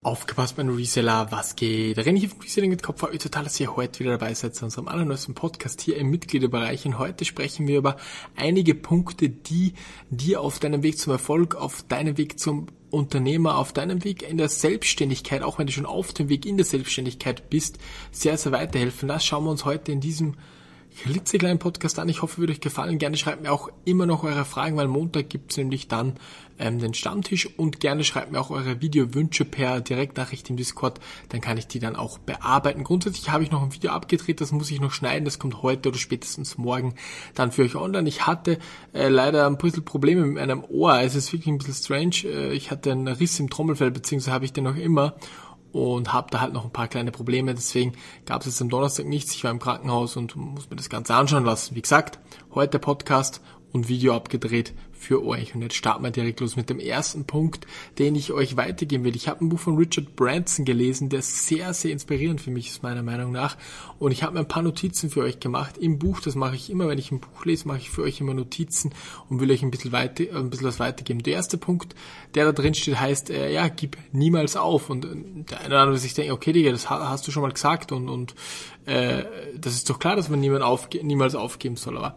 Aufgepasst, mein Reseller, was geht? René hier von Reselling mit Kopf, freut mich total, dass ihr heute wieder dabei seid zu unserem allerneuesten Podcast hier im Mitgliederbereich. Und heute sprechen wir über einige Punkte, die dir auf deinem Weg zum Erfolg, auf deinem Weg zum Unternehmer, auf deinem Weg in der Selbstständigkeit, auch wenn du schon auf dem Weg in der Selbstständigkeit bist, sehr, sehr weiterhelfen. Das schauen wir uns heute in diesem klitzekleinen Podcast an. Ich hoffe, wird euch gefallen. Gerne schreibt mir auch immer noch eure Fragen, weil Montag gibt's nämlich dann den Stammtisch, und gerne schreibt mir auch eure Videowünsche per Direktnachricht im Discord, dann kann ich die dann auch bearbeiten. Grundsätzlich habe ich noch ein Video abgedreht, das muss ich noch schneiden, das kommt heute oder spätestens morgen dann für euch online. Ich hatte leider ein bisschen Probleme mit meinem Ohr, es ist wirklich ein bisschen strange. Ich hatte einen Riss im Trommelfell, beziehungsweise habe ich den noch immer, und habe da halt noch ein paar kleine Probleme, deswegen gab es jetzt am Donnerstag nichts. Ich war im Krankenhaus und muss mir das Ganze anschauen lassen. Wie gesagt, heute Podcast und Video abgedreht für euch. Und jetzt starten wir direkt los mit dem ersten Punkt, den ich euch weitergeben will. Ich habe ein Buch von Richard Branson gelesen, der sehr, sehr inspirierend für mich ist, meiner Meinung nach. Und ich habe mir ein paar Notizen für euch gemacht. Im Buch, das mache ich immer, wenn ich ein Buch lese, mache ich für euch immer Notizen und will euch ein bisschen was weitergeben. Der erste Punkt, der da drin steht, heißt, gib niemals auf. Und der eine oder andere sich denkt, okay, Digga, das hast du schon mal gesagt und das ist doch klar, dass man niemals aufgeben soll, aber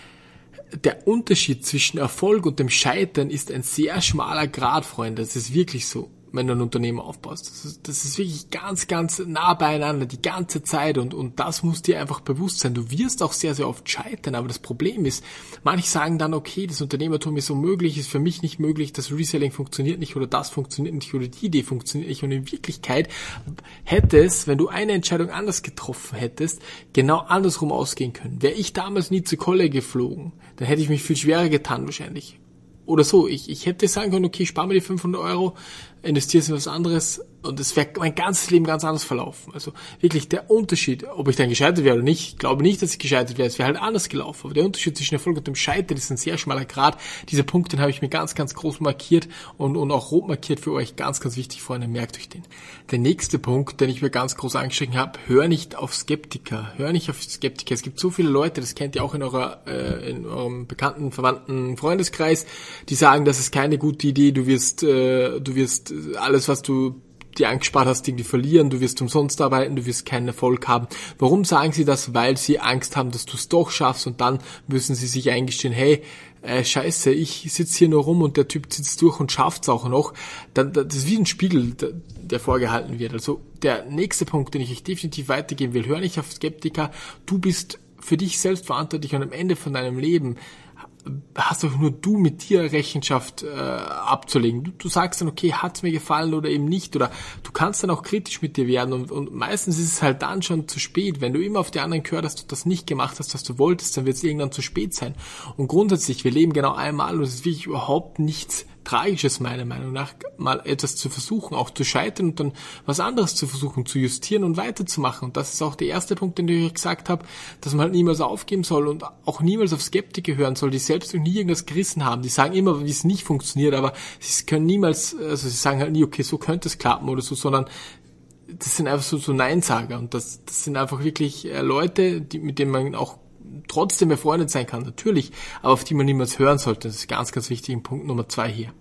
der Unterschied zwischen Erfolg und dem Scheitern ist ein sehr schmaler Grat, Freunde. Das ist wirklich so, wenn du ein Unternehmen aufbaust. Das ist wirklich ganz, ganz nah beieinander, die ganze Zeit, und das muss dir einfach bewusst sein. Du wirst auch sehr, sehr oft scheitern, aber das Problem ist, manche sagen dann, okay, das Unternehmertum ist unmöglich, ist für mich nicht möglich, das Reselling funktioniert nicht oder das funktioniert nicht oder die Idee funktioniert nicht, und in Wirklichkeit hätte es, wenn du eine Entscheidung anders getroffen hättest, genau andersrum ausgehen können. Wäre ich damals nie zu Kolle geflogen, dann hätte ich mich viel schwerer getan wahrscheinlich. Oder so, ich hätte sagen können, okay, spar mir die 500 Euro, investiere es in was anderes, und es wäre mein ganzes Leben ganz anders verlaufen. Also wirklich der Unterschied, ob ich dann gescheitert wäre oder nicht, ich glaube nicht, dass ich gescheitert wäre, es wäre halt anders gelaufen. Aber der Unterschied zwischen Erfolg und dem Scheitern ist ein sehr schmaler Grat. Dieser Punkt, den habe ich mir ganz, ganz groß markiert und auch rot markiert für euch. Ganz, ganz wichtig, Freunde, merkt euch den. Der nächste Punkt, den ich mir ganz groß angeschrieben habe, hör nicht auf Skeptiker. Hör nicht auf Skeptiker. Es gibt so viele Leute, das kennt ihr auch in eurem bekannten, verwandten Freundeskreis, die sagen, das ist keine gute Idee, du wirst alles, was du dir angespart hast, irgendwie verlieren, du wirst umsonst arbeiten, du wirst keinen Erfolg haben. Warum sagen sie das? Weil sie Angst haben, dass du es doch schaffst, und dann müssen sie sich eingestehen, hey, scheiße, ich sitze hier nur rum und der Typ sitzt durch und schafft's auch noch. Das ist wie ein Spiegel, der vorgehalten wird. Also der nächste Punkt, den ich euch definitiv weitergeben will, hör nicht auf Skeptiker, du bist für dich selbst verantwortlich, und am Ende von deinem Leben hast doch nur du mit dir Rechenschaft abzulegen. Du sagst dann, okay, hat's mir gefallen oder eben nicht, oder du kannst dann auch kritisch mit dir werden, und meistens ist es halt dann schon zu spät. Wenn du immer auf die anderen hörst, dass du das nicht gemacht hast, was du wolltest, dann wird es irgendwann zu spät sein. Und grundsätzlich, wir leben genau einmal, und es ist wirklich überhaupt nichts Tragisches, meiner Meinung nach, mal etwas zu versuchen, auch zu scheitern und dann was anderes zu versuchen, zu justieren und weiterzumachen. Und das ist auch der erste Punkt, den ich euch gesagt habe, dass man halt niemals aufgeben soll und auch niemals auf Skeptiker hören soll, die selbst noch nie irgendwas gerissen haben. Die sagen immer, wie es nicht funktioniert, aber sie können niemals, also sie sagen halt nie, okay, so könnte es klappen oder so, sondern das sind einfach so Neinsager, und das sind einfach wirklich Leute, mit denen man auch trotzdem befreundet sein kann, natürlich, aber auf die man niemals hören sollte. Das ist ganz, ganz wichtig, Punkt Nummer 2 hier.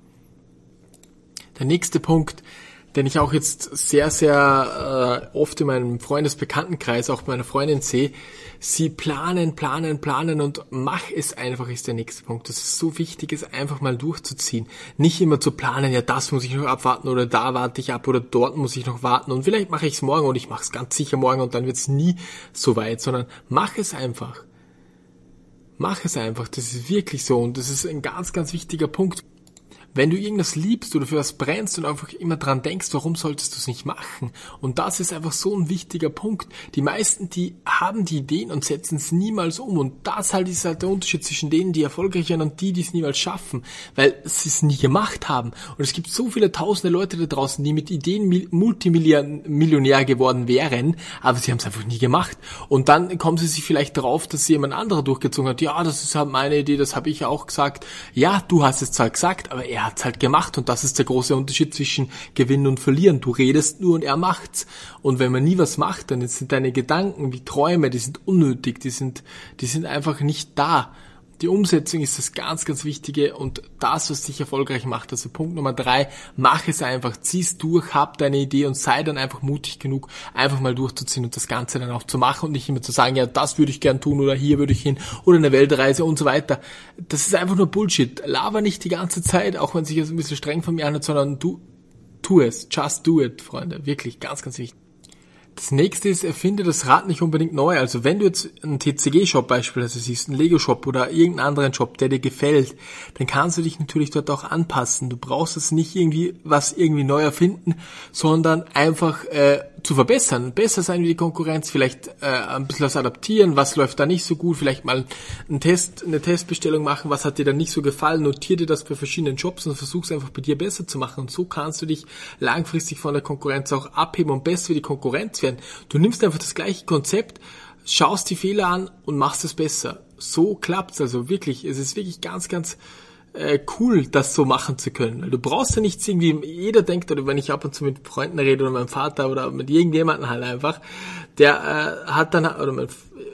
Der nächste Punkt, den ich auch jetzt sehr, sehr oft in meinem Freundesbekanntenkreis, auch bei meiner Freundin sehe, sie planen und mach es einfach, ist der nächste Punkt. Das ist so wichtig, es einfach mal durchzuziehen. Nicht immer zu planen, ja, das muss ich noch abwarten oder da warte ich ab oder dort muss ich noch warten und vielleicht mache ich es morgen und ich mache es ganz sicher morgen und dann wird es nie so weit, sondern mach es einfach. Mach es einfach, das ist wirklich so, und das ist ein ganz, ganz wichtiger Punkt. Wenn du irgendwas liebst oder für was brennst und einfach immer dran denkst, warum solltest du es nicht machen? Und das ist einfach so ein wichtiger Punkt. Die meisten, die haben die Ideen und setzen es niemals um. Und das halt ist halt der Unterschied zwischen denen, die erfolgreich werden und die es niemals schaffen, weil sie es nie gemacht haben. Und es gibt so viele tausende Leute da draußen, die mit Ideen Multimillionär geworden wären, aber sie haben es einfach nie gemacht. Und dann kommen sie sich vielleicht darauf, dass jemand anderer durchgezogen hat. Ja, das ist halt meine Idee, das habe ich ja auch gesagt. Ja, du hast es zwar gesagt, aber er hat's halt gemacht, und das ist der große Unterschied zwischen Gewinnen und Verlieren. Du redest nur und er macht's. Und wenn man nie was macht, dann sind deine Gedanken wie Träume, die sind unnötig, die sind einfach nicht da. Die Umsetzung ist das ganz, ganz Wichtige und das, was dich erfolgreich macht. Also Punkt Nummer 3, mach es einfach, zieh's durch, hab deine Idee und sei dann einfach mutig genug, einfach mal durchzuziehen und das Ganze dann auch zu machen und nicht immer zu sagen, ja, das würde ich gern tun oder hier würde ich hin oder eine Weltreise und so weiter. Das ist einfach nur Bullshit. Laber nicht die ganze Zeit, auch wenn sich das ein bisschen streng von mir anhört, sondern tu es. Just do it, Freunde. Wirklich, ganz, ganz wichtig. Das nächste ist, erfinde das Rad nicht unbedingt neu. Also wenn du jetzt einen TCG-Shop beispielsweise siehst, einen Lego-Shop oder irgendeinen anderen Shop, der dir gefällt, dann kannst du dich natürlich dort auch anpassen. Du brauchst es nicht irgendwie neu erfinden, sondern einfach zu verbessern. Besser sein wie die Konkurrenz, vielleicht ein bisschen was adaptieren, was läuft da nicht so gut, vielleicht mal eine Testbestellung machen, was hat dir da nicht so gefallen, notier dir das bei verschiedenen Shops und versuch es einfach bei dir besser zu machen. Und so kannst du dich langfristig von der Konkurrenz auch abheben und besser wie die Konkurrenz werden. Du nimmst einfach das gleiche Konzept, schaust die Fehler an und machst es besser. So klappt's also wirklich. Es ist wirklich ganz, ganz cool, das so machen zu können. Weil du brauchst ja nichts irgendwie, jeder denkt, oder wenn ich ab und zu mit Freunden rede oder meinem Vater oder mit irgendjemandem halt einfach, der hat dann oder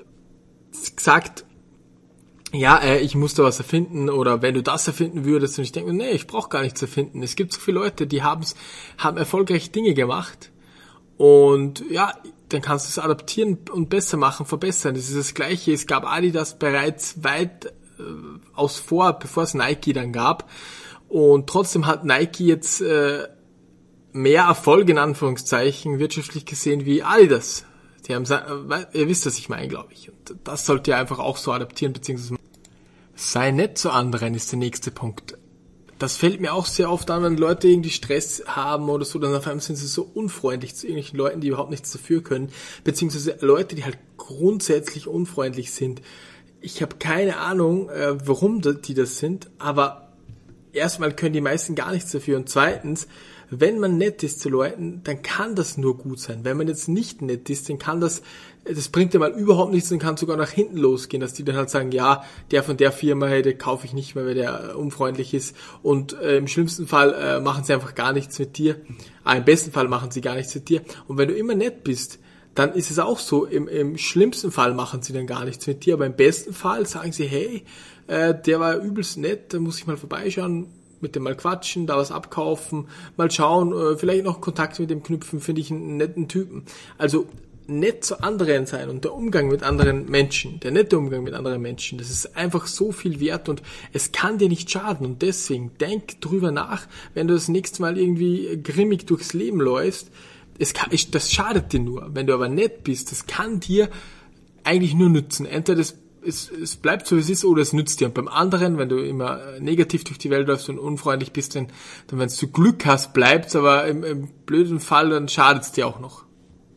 gesagt, ja, ich muss da was erfinden oder wenn du das erfinden würdest und ich denke, nee, ich brauche gar nichts erfinden. Es gibt so viele Leute, die haben erfolgreich Dinge gemacht und ja, dann kannst du es adaptieren und besser machen, verbessern. Das ist das Gleiche. Es gab Adidas bereits weit bevor es Nike dann gab. Und trotzdem hat Nike jetzt mehr Erfolg in Anführungszeichen wirtschaftlich gesehen wie Adidas. Die haben, ihr wisst, was ich meine, glaube ich. Und das sollt ihr einfach auch so adaptieren, beziehungsweise sei nett zu anderen ist der nächste Punkt. Das fällt mir auch sehr oft an, wenn Leute irgendwie Stress haben oder so, dann auf einmal sind sie so unfreundlich zu irgendwelchen Leuten, die überhaupt nichts dafür können, beziehungsweise Leute, die halt grundsätzlich unfreundlich sind. Ich habe keine Ahnung, warum die das sind, aber erstmal können die meisten gar nichts dafür und zweitens, wenn man nett ist zu Leuten, dann kann das nur gut sein. Wenn man jetzt nicht nett ist, dann kann das bringt ja mal überhaupt nichts und kann sogar nach hinten losgehen, dass die dann halt sagen, ja, der von der Firma, hey, den kaufe ich nicht mehr, weil der unfreundlich ist und im schlimmsten Fall machen sie einfach gar nichts mit dir. Im besten Fall machen sie gar nichts mit dir und wenn du immer nett bist, dann ist es auch so, im schlimmsten Fall machen sie dann gar nichts mit dir, aber im besten Fall sagen sie, hey, der war übelst nett, da muss ich mal vorbeischauen, mit dem mal quatschen, da was abkaufen, mal schauen, vielleicht noch Kontakt mit dem knüpfen, finde ich einen netten Typen. Also nett zu anderen sein und der Umgang mit anderen Menschen, der nette Umgang mit anderen Menschen, das ist einfach so viel wert und es kann dir nicht schaden und deswegen denk drüber nach, wenn du das nächste Mal irgendwie grimmig durchs Leben läufst, das schadet dir nur. Wenn du aber nett bist, das kann dir eigentlich nur nützen. Entweder es bleibt so, wie es ist, oder es nützt dir. Und beim anderen, wenn du immer negativ durch die Welt läufst und unfreundlich bist, dann wenn du Glück hast, bleibt's, aber im blöden Fall, dann schadet's dir auch noch.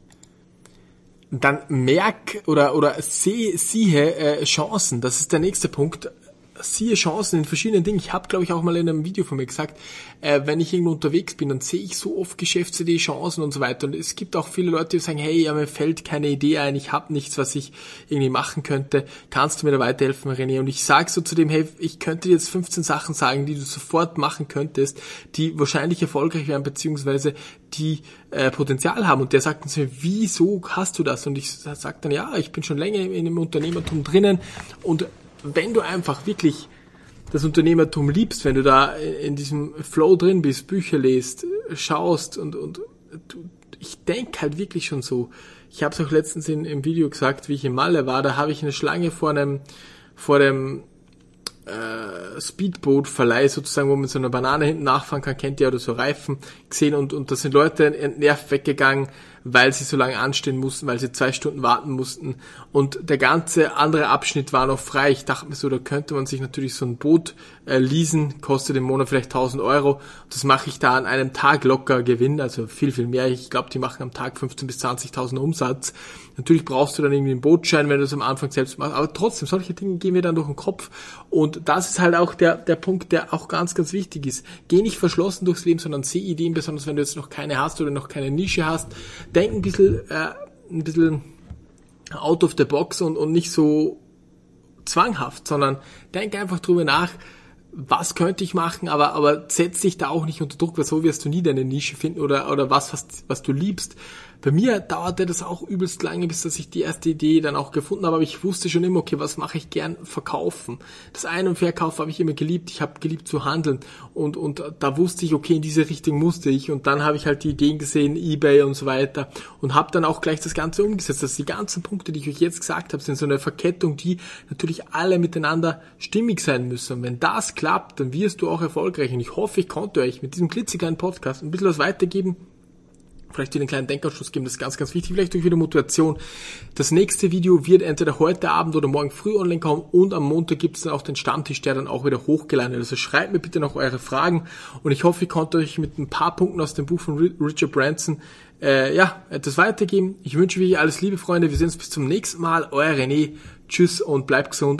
Dann merk oder siehe Chancen. Das ist der nächste Punkt. Siehe Chancen in verschiedenen Dingen. Ich habe, glaube ich, auch mal in einem Video von mir gesagt, wenn ich irgendwo unterwegs bin, dann sehe ich so oft Geschäftsidee, Chancen und so weiter. Und es gibt auch viele Leute, die sagen, hey, ja, mir fällt keine Idee ein, ich habe nichts, was ich irgendwie machen könnte. Kannst du mir da weiterhelfen, René? Und ich sage so zu dem, hey, ich könnte dir jetzt 15 Sachen sagen, die du sofort machen könntest, die wahrscheinlich erfolgreich wären, beziehungsweise die Potenzial haben. Und der sagt uns, wieso hast du das? Und ich sage dann, ja, ich bin schon länger in dem Unternehmertum drinnen und wenn du einfach wirklich das Unternehmertum liebst, wenn du da in diesem Flow drin bist, Bücher liest, schaust ich denke halt wirklich schon so. Ich habe es auch letztens im Video gesagt, wie ich in Malle war, da habe ich eine Schlange vor dem Speedboot-Verleih sozusagen, wo man so eine Banane hinten nachfahren kann, kennt ihr, oder so Reifen gesehen und da sind Leute entnervt weggegangen, weil sie so lange anstehen mussten, weil sie 2 Stunden warten mussten und der ganze andere Abschnitt war noch frei. Ich dachte mir so, da könnte man sich natürlich so ein Boot leasen, kostet im Monat vielleicht 1.000 Euro. Das mache ich da an einem Tag locker Gewinn, also viel, viel mehr. Ich glaube, die machen am Tag 15.000 bis 20.000 Umsatz. Natürlich brauchst du dann irgendwie einen Bootschein, wenn du es am Anfang selbst machst, aber trotzdem, solche Dinge gehen mir dann durch den Kopf und das ist halt auch der Punkt, der auch ganz, ganz wichtig ist. Geh nicht verschlossen durchs Leben, sondern seh Ideen, besonders wenn du jetzt noch keine hast oder noch keine Nische hast. Denk ein bisschen out of the box und nicht so zwanghaft, sondern denk einfach drüber nach, was könnte ich machen, aber setz dich da auch nicht unter Druck, weil so wirst du nie deine Nische finden oder was du liebst. Bei mir dauerte das auch übelst lange, bis dass ich die erste Idee dann auch gefunden habe, aber ich wusste schon immer, okay, was mache ich gern? Verkaufen. Das Ein- und Verkauf habe ich immer geliebt, ich habe geliebt zu handeln und da wusste ich, okay, in diese Richtung musste ich und dann habe ich halt die Ideen gesehen, eBay und so weiter und habe dann auch gleich das Ganze umgesetzt. Also die ganzen Punkte, die ich euch jetzt gesagt habe, sind so eine Verkettung, die natürlich alle miteinander stimmig sein müssen. Und wenn das klappt, dann wirst du auch erfolgreich und ich hoffe, ich konnte euch mit diesem klitzekleinen Podcast ein bisschen was weitergeben, vielleicht wieder einen kleinen Denkanstoß geben, das ist ganz, ganz wichtig, vielleicht durch wieder Motivation. Das nächste Video wird entweder heute Abend oder morgen früh online kommen und am Montag gibt es dann auch den Stammtisch, der dann auch wieder hochgeladen wird. Also schreibt mir bitte noch eure Fragen und ich hoffe, ich konnte euch mit ein paar Punkten aus dem Buch von Richard Branson etwas weitergeben. Ich wünsche euch alles Liebe, Freunde. Wir sehen uns bis zum nächsten Mal. Euer René. Tschüss und bleibt gesund.